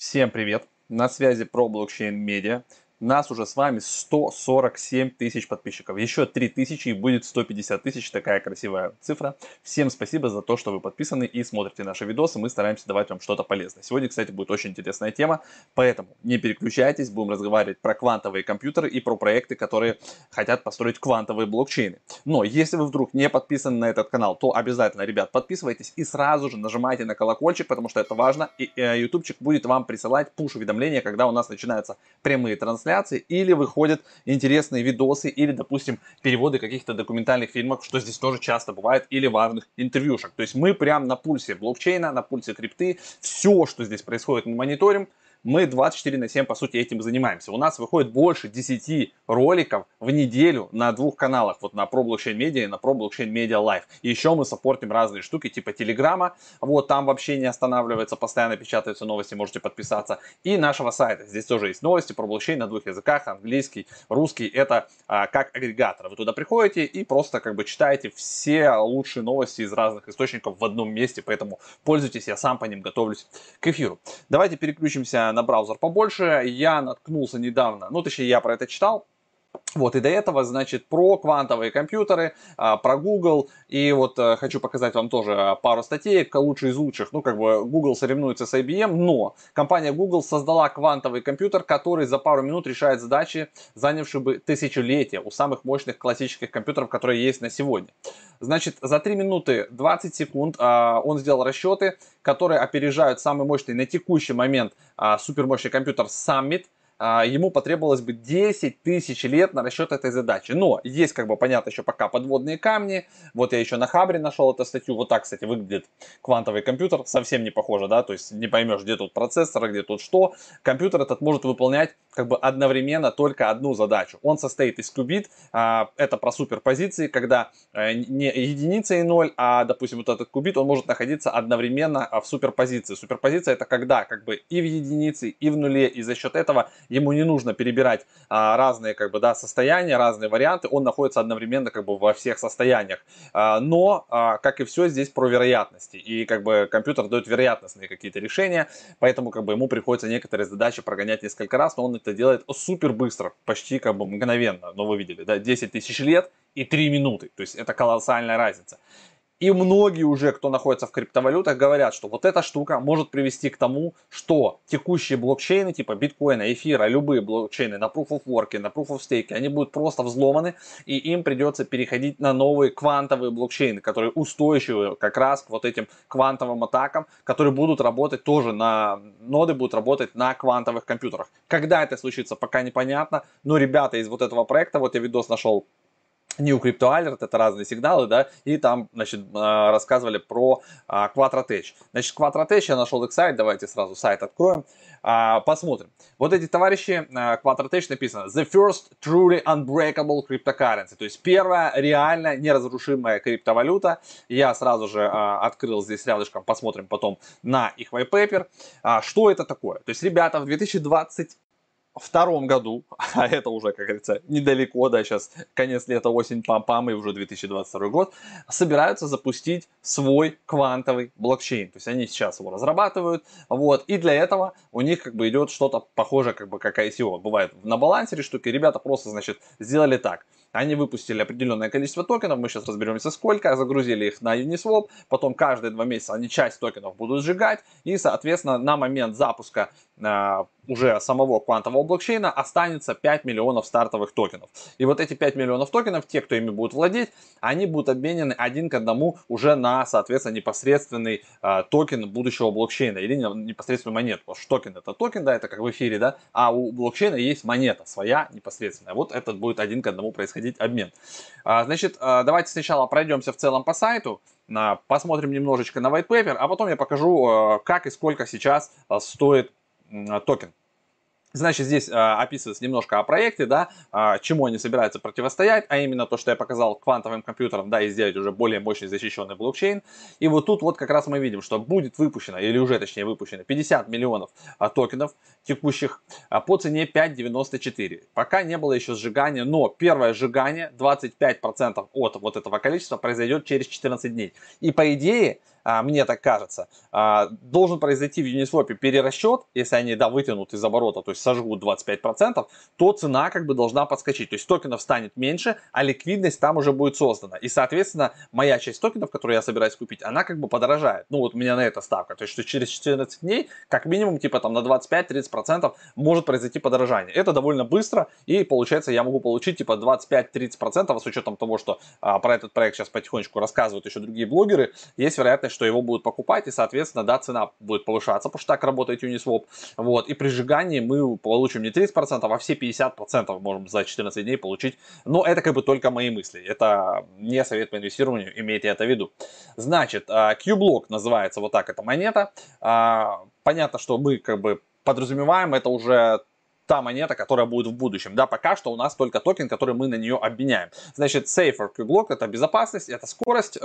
Всем привет! На связи про блокчейн медиа. Нас уже с вами 147 тысяч подписчиков. Еще 3000 и будет 150 тысяч. Такая красивая цифра. Всем спасибо за то, что вы подписаны и смотрите наши видосы. Мы стараемся давать вам что-то полезное. Сегодня, кстати, будет очень интересная тема. Поэтому не переключайтесь. Будем разговаривать про квантовые компьютеры и про проекты, которые хотят построить квантовые блокчейны. Но если вы вдруг не подписаны на этот канал, то обязательно, ребят, подписывайтесь и сразу же нажимайте на колокольчик, потому что это важно. И ютубчик будет вам присылать пуш-уведомления, когда у нас начинаются прямые трансляции или выходят интересные видосы, или, допустим, переводы каких-то документальных фильмов, что здесь тоже часто бывает, или важных интервьюшек. То есть мы прям на пульсе блокчейна, на пульсе крипты. Все, что здесь происходит, мы мониторим. Мы 24/7, по сути, этим занимаемся. У нас выходит больше 10 роликов в неделю на двух каналах. Вот на Pro Blockchain Media и на Pro Blockchain Media Live. И еще мы саппортим разные штуки, типа Телеграма. Вот, там вообще не останавливается, постоянно печатаются новости, можете подписаться. И нашего сайта. Здесь тоже есть новости про блокчейн на двух языках. Английский, русский. Это как агрегатор. Вы туда приходите и просто как бы читаете все лучшие новости из разных источников в одном месте. Поэтому пользуйтесь, я сам по ним готовлюсь к эфиру. Давайте переключимся на браузер побольше. Я наткнулся недавно, ну точнее я про это читал. Вот, и до этого, значит, про квантовые компьютеры, про Google. И вот хочу показать вам тоже пару статей, лучшие из лучших. Ну, как бы Google соревнуется с IBM, но компания Google создала квантовый компьютер, который за пару минут решает задачи, занявшие бы тысячелетия у самых мощных классических компьютеров, которые есть на сегодня. Значит, за 3 минуты 20 секунд он сделал расчеты, которые опережают самый мощный на текущий момент супермощный компьютер Summit. Ему потребовалось бы 10 тысяч лет на расчет этой задачи. Но есть, как бы, понятно, еще пока подводные камни. Вот я еще на Хабре нашел эту статью. Вот так, кстати, выглядит квантовый компьютер. Совсем не похоже, да, то есть не поймешь, где тут процессор, где тут что. Компьютер этот может выполнять как бы одновременно только одну задачу. Он состоит из кубит. Это про суперпозиции, когда не единица и ноль, а, допустим, вот этот кубит, он может находиться одновременно в суперпозиции. Суперпозиция это когда как бы и в единице, и в нуле, и за счет этого ему не нужно перебирать разные как бы, да, состояния, разные варианты, он находится одновременно как бы во всех состояниях. Но, как и все, здесь про вероятности. И как бы компьютер дает вероятностные какие-то решения, поэтому как бы ему приходится некоторые задачи прогонять несколько раз, но он это делает супер быстро, почти как бы мгновенно. Но вы видели, да, 10 тысяч лет и 3 минуты. То есть это колоссальная разница. И многие уже, кто находится в криптовалютах, говорят, что вот эта штука может привести к тому, что текущие блокчейны типа биткоина, эфира, любые блокчейны на Proof of Work, на Proof of Stake, они будут просто взломаны, и им придется переходить на новые квантовые блокчейны, которые устойчивы как раз к вот этим квантовым атакам, которые будут работать тоже на ноды, будут работать на квантовых компьютерах. Когда это случится, пока непонятно, но ребята из вот этого проекта, вот я видос нашел, New Crypto Alert, это разные сигналы, да, и там, значит, рассказывали про Quadratech. Значит, Quadratech, я нашел их сайт, давайте сразу сайт откроем, посмотрим. Вот эти товарищи, Quadratech написано The first truly unbreakable cryptocurrency, то есть первая реально неразрушимая криптовалюта. Я сразу же открыл здесь рядышком, посмотрим потом на их white paper. Что это такое? То есть ребята в 2022 году, а это уже, как говорится, недалеко, да, сейчас конец лета, осень, пам-пам, и уже 2022 год, собираются запустить свой квантовый блокчейн. То есть они сейчас его разрабатывают, вот, и для этого у них как бы идет что-то похожее, как бы как ICO. Бывает на балансере штуки, ребята просто, значит, сделали так. Они выпустили определенное количество токенов, мы сейчас разберемся сколько, загрузили их на Uniswap, потом каждые 2 месяца они часть токенов будут сжигать, и, соответственно, на момент запуска уже самого квантового блокчейна останется 5 миллионов стартовых токенов. И вот эти 5 миллионов токенов, те, кто ими будут владеть, они будут обменены один к одному уже на, соответственно, непосредственный токен будущего блокчейна или непосредственную монету. Потому что токен это токен, да, это как в эфире, да, а у блокчейна есть монета своя непосредственная. Вот этот будет один к одному происходить обмен. Значит, давайте сначала пройдемся в целом по сайту, посмотрим немножечко на white paper, а потом я покажу, как и сколько сейчас стоит токен. Значит, здесь описывается немножко о проекте, да, чему они собираются противостоять, а именно то, что я показал квантовым компьютерам, да, и сделать уже более мощный защищенный блокчейн. И вот тут вот как раз мы видим, что будет выпущено, или уже точнее выпущено, 50 миллионов токенов текущих по цене 5,94. Пока не было еще сжигания, но первое сжигание, 25% от вот этого количества, произойдет через 14 дней. И по идее, мне так кажется, должен произойти в Uniswap перерасчет, если они, да, вытянут из оборота, то есть сожгут 25%, то цена как бы должна подскочить. То есть токенов станет меньше, а ликвидность там уже будет создана. И, соответственно, моя часть токенов, которую я собираюсь купить, она как бы подорожает. Ну, вот у меня на это ставка. То есть, что через 14 дней, как минимум, типа там на 25-30% может произойти подорожание. Это довольно быстро, и получается, я могу получить типа 25-30%, с учетом того, что про этот проект сейчас потихонечку рассказывают еще другие блогеры. Есть вероятность, что его будут покупать, и, соответственно, да, цена будет повышаться, потому что так работает Uniswap. Вот, и при сжигании мы получим не 30%, а все 50% можем за 14 дней получить. Но это как бы только мои мысли. Это не совет по инвестированию, имейте это в виду. Значит, Q-Block называется вот так эта монета. Понятно, что мы как бы подразумеваем, это уже та монета, которая будет в будущем. Да, пока что у нас только токен, который мы на нее обменяем. Значит, Safer Q-Block — это безопасность, это скорость,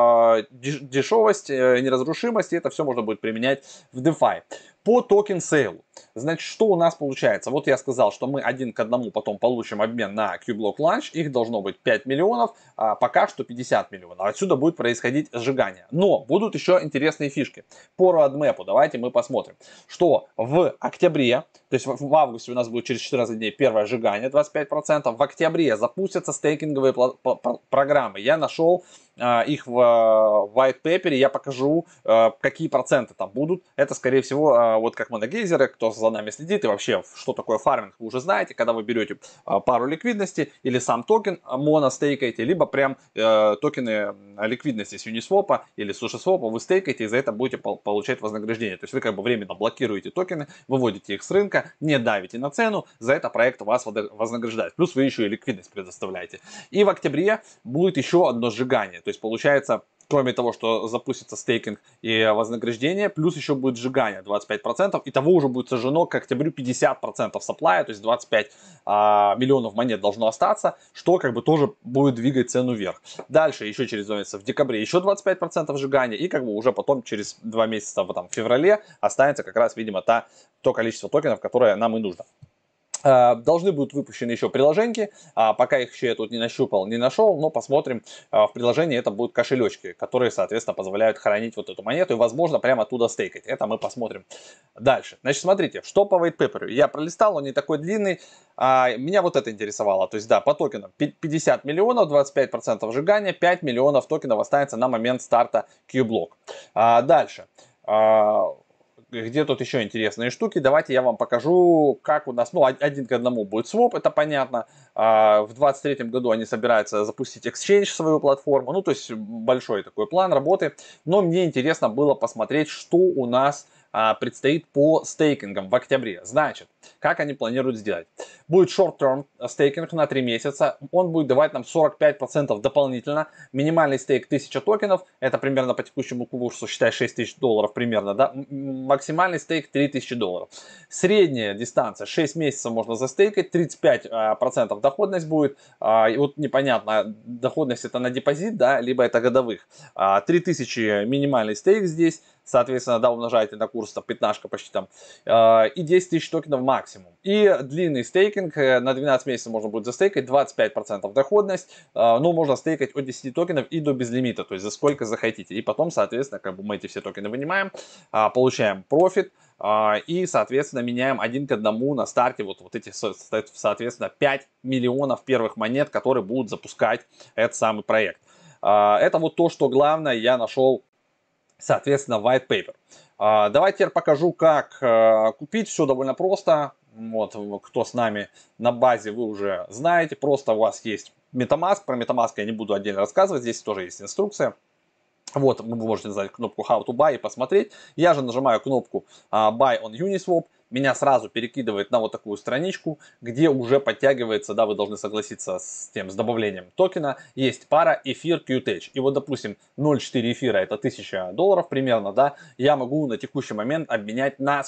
дешевость, неразрушимость, и это все можно будет применять в DeFi. По токен сейлу. Значит, что у нас получается? Вот я сказал, что мы 1 к 1 потом получим обмен на Q-Block Launch. Их должно быть 5 миллионов, а пока что 50 миллионов. Отсюда будет происходить сжигание. Но будут еще интересные фишки. По roadmap давайте мы посмотрим, что в октябре, то есть в августе у нас будет через 14 дней первое сжигание 25%. В октябре запустятся стейкинговые программы. Я нашел их в white paper, я покажу, какие проценты там будут. Это, скорее всего, вот как моногейзеры, кто за нами следит, и вообще, что такое фарминг, вы уже знаете, когда вы берете пару ликвидности, или сам токен моно стейкаете, либо прям токены ликвидности с Uniswap или с SushiSwap вы стейкаете, и за это будете получать вознаграждение. То есть вы как бы временно блокируете токены, выводите их с рынка, не давите на цену, за это проект вас вознаграждает. Плюс вы еще и ликвидность предоставляете. И в октябре будет еще одно сжигание. То есть получается, кроме того, что запустится стейкинг и вознаграждение, плюс еще будет сжигание 25%, и того уже будет сожжено к октябрю 50% сапплая, то есть 25 миллионов монет должно остаться, что как бы тоже будет двигать цену вверх. Дальше еще через 2 месяца в декабре еще 25% сжигания, и как бы уже потом через 2 месяца в феврале останется как раз, видимо, то количество токенов, которое нам и нужно. Должны будут выпущены еще приложеньки, пока их еще я тут не нащупал, не нашел, но посмотрим. В приложении это будут кошелечки, которые, соответственно, позволяют хранить вот эту монету и, возможно, прямо оттуда стейкать. Это мы посмотрим дальше. Значит, смотрите, что по white paper. Я пролистал, он не такой длинный. Меня вот это интересовало. То есть, да, по токенам 50 миллионов, 25% сжигания, 5 миллионов токенов останется на момент старта Q-Block. Дальше. Где тут еще интересные штуки? Давайте я вам покажу, как у нас, ну, 1 к 1 будет своп, это понятно. В 2023 году они собираются запустить Exchange, свою платформу. Ну, то есть большой такой план работы. Но мне интересно было посмотреть, что у нас предстоит по стейкингам в октябре. Значит, как они планируют сделать? Будет short-term стейкинг на 3 месяца. Он будет давать нам 45% дополнительно. Минимальный стейк 1000 токенов. Это примерно по текущему курсу, считай, $6000 примерно. Да? Максимальный стейк $3000. Средняя дистанция 6 месяцев можно застейкать. 35% доходность будет. И вот непонятно, доходность это на депозит, да, либо это годовых. 3000 минимальный стейк здесь. Соответственно, да, умножаете на курс, там, 15 почти там, и 10 тысяч токенов максимум. И длинный стейкинг, на 12 месяцев можно будет застейкать, 25% доходность, но можно стейкать от 10 токенов и до безлимита, то есть за сколько захотите. И потом, соответственно, как бы мы эти все токены вынимаем, получаем профит, и, соответственно, меняем 1 к 1 на старте вот эти, соответственно, 5 миллионов первых монет, которые будут запускать этот самый проект. Это вот то, что главное я нашел, соответственно, white paper. Давайте теперь покажу, как купить. Все довольно просто. Вот, кто с нами на базе, вы уже знаете. Просто у вас есть MetaMask. Про MetaMask я не буду отдельно рассказывать. Здесь тоже есть инструкция. Вот, вы можете нажать кнопку How to Buy и посмотреть. Я же нажимаю кнопку Buy on Uniswap. Меня сразу перекидывает на вот такую страничку, где уже подтягивается, да, вы должны согласиться с добавлением токена. Есть пара эфир QTech. И вот, допустим, 0,4 эфира это $1000 примерно, да. Я могу на текущий момент обменять на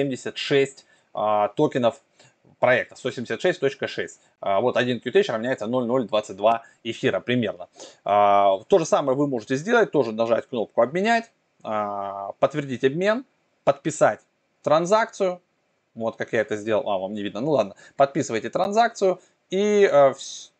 176 токенов проекта 176.6. Вот 1 QTH равняется 0,022 эфира примерно. То же самое вы можете сделать, тоже нажать кнопку «Обменять», подтвердить обмен, подписать транзакцию. Вот как я это сделал. Вам не видно. Ну ладно. Подписывайте транзакцию и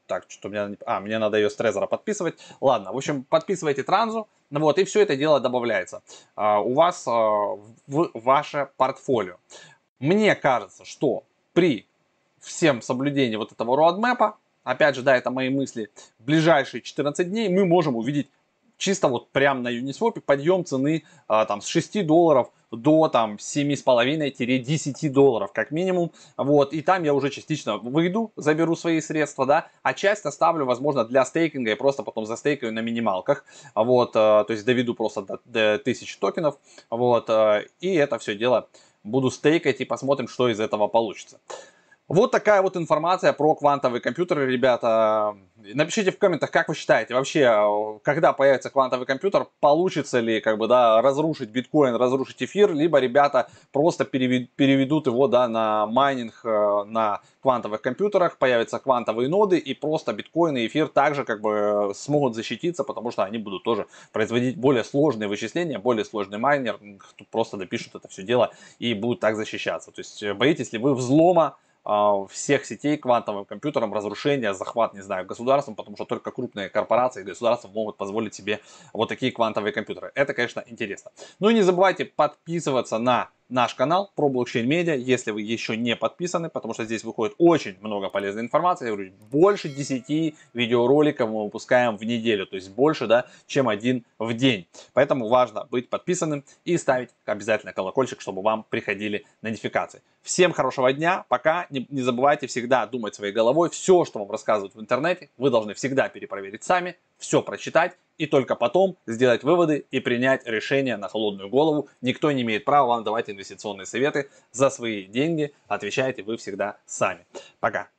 Так, что мне надо ее с Трезора подписывать. Ладно, в общем, подписывайте Транзу, вот, и все это дело добавляется у вас в ваше портфолио. Мне кажется, что при всем соблюдении вот этого роадмэпа, опять же, да, это мои мысли, в ближайшие 14 дней мы можем увидеть чисто вот прям на Uniswap подъем цены там с 6 долларов до там 7,5-10 долларов как минимум. Вот, и там я уже частично выйду, заберу свои средства, да, а часть оставлю, возможно, для стейкинга и просто потом застейкаю на минималках. Вот, то есть доведу просто до 1000 токенов. Вот, и это все дело буду стейкать и посмотрим, что из этого получится. Вот такая вот информация про квантовые компьютеры, ребята. Напишите в комментах, как вы считаете, вообще, когда появится квантовый компьютер, получится ли, как бы, да, разрушить биткоин, разрушить эфир, либо ребята просто переведут его, да, на майнинг на квантовых компьютерах, появятся квантовые ноды, и просто биткоин и эфир также, как бы, смогут защититься, потому что они будут тоже производить более сложные вычисления, более сложный майнер, просто допишут это все дело и будут так защищаться. То есть, боитесь ли вы взлома всех сетей квантовым компьютером, разрушения, захват, не знаю, государством, потому что только крупные корпорации и государства могут позволить себе вот такие квантовые компьютеры. Это, конечно, интересно. Ну и не забывайте подписываться на наш канал про блокчейн медиа, если вы еще не подписаны, потому что здесь выходит очень много полезной информации. Я говорю, больше 10 видеороликов мы выпускаем в неделю, то есть больше, да, чем один в день. Поэтому важно быть подписанным и ставить обязательно колокольчик, чтобы вам приходили нотификации. Всем хорошего дня, пока. Не забывайте всегда думать своей головой. Все, что вам рассказывают в интернете, вы должны всегда перепроверить сами, все прочитать и только потом сделать выводы и принять решение на холодную голову. Никто не имеет права вам давать инвестиционные советы за свои деньги. Отвечаете вы всегда сами. Пока.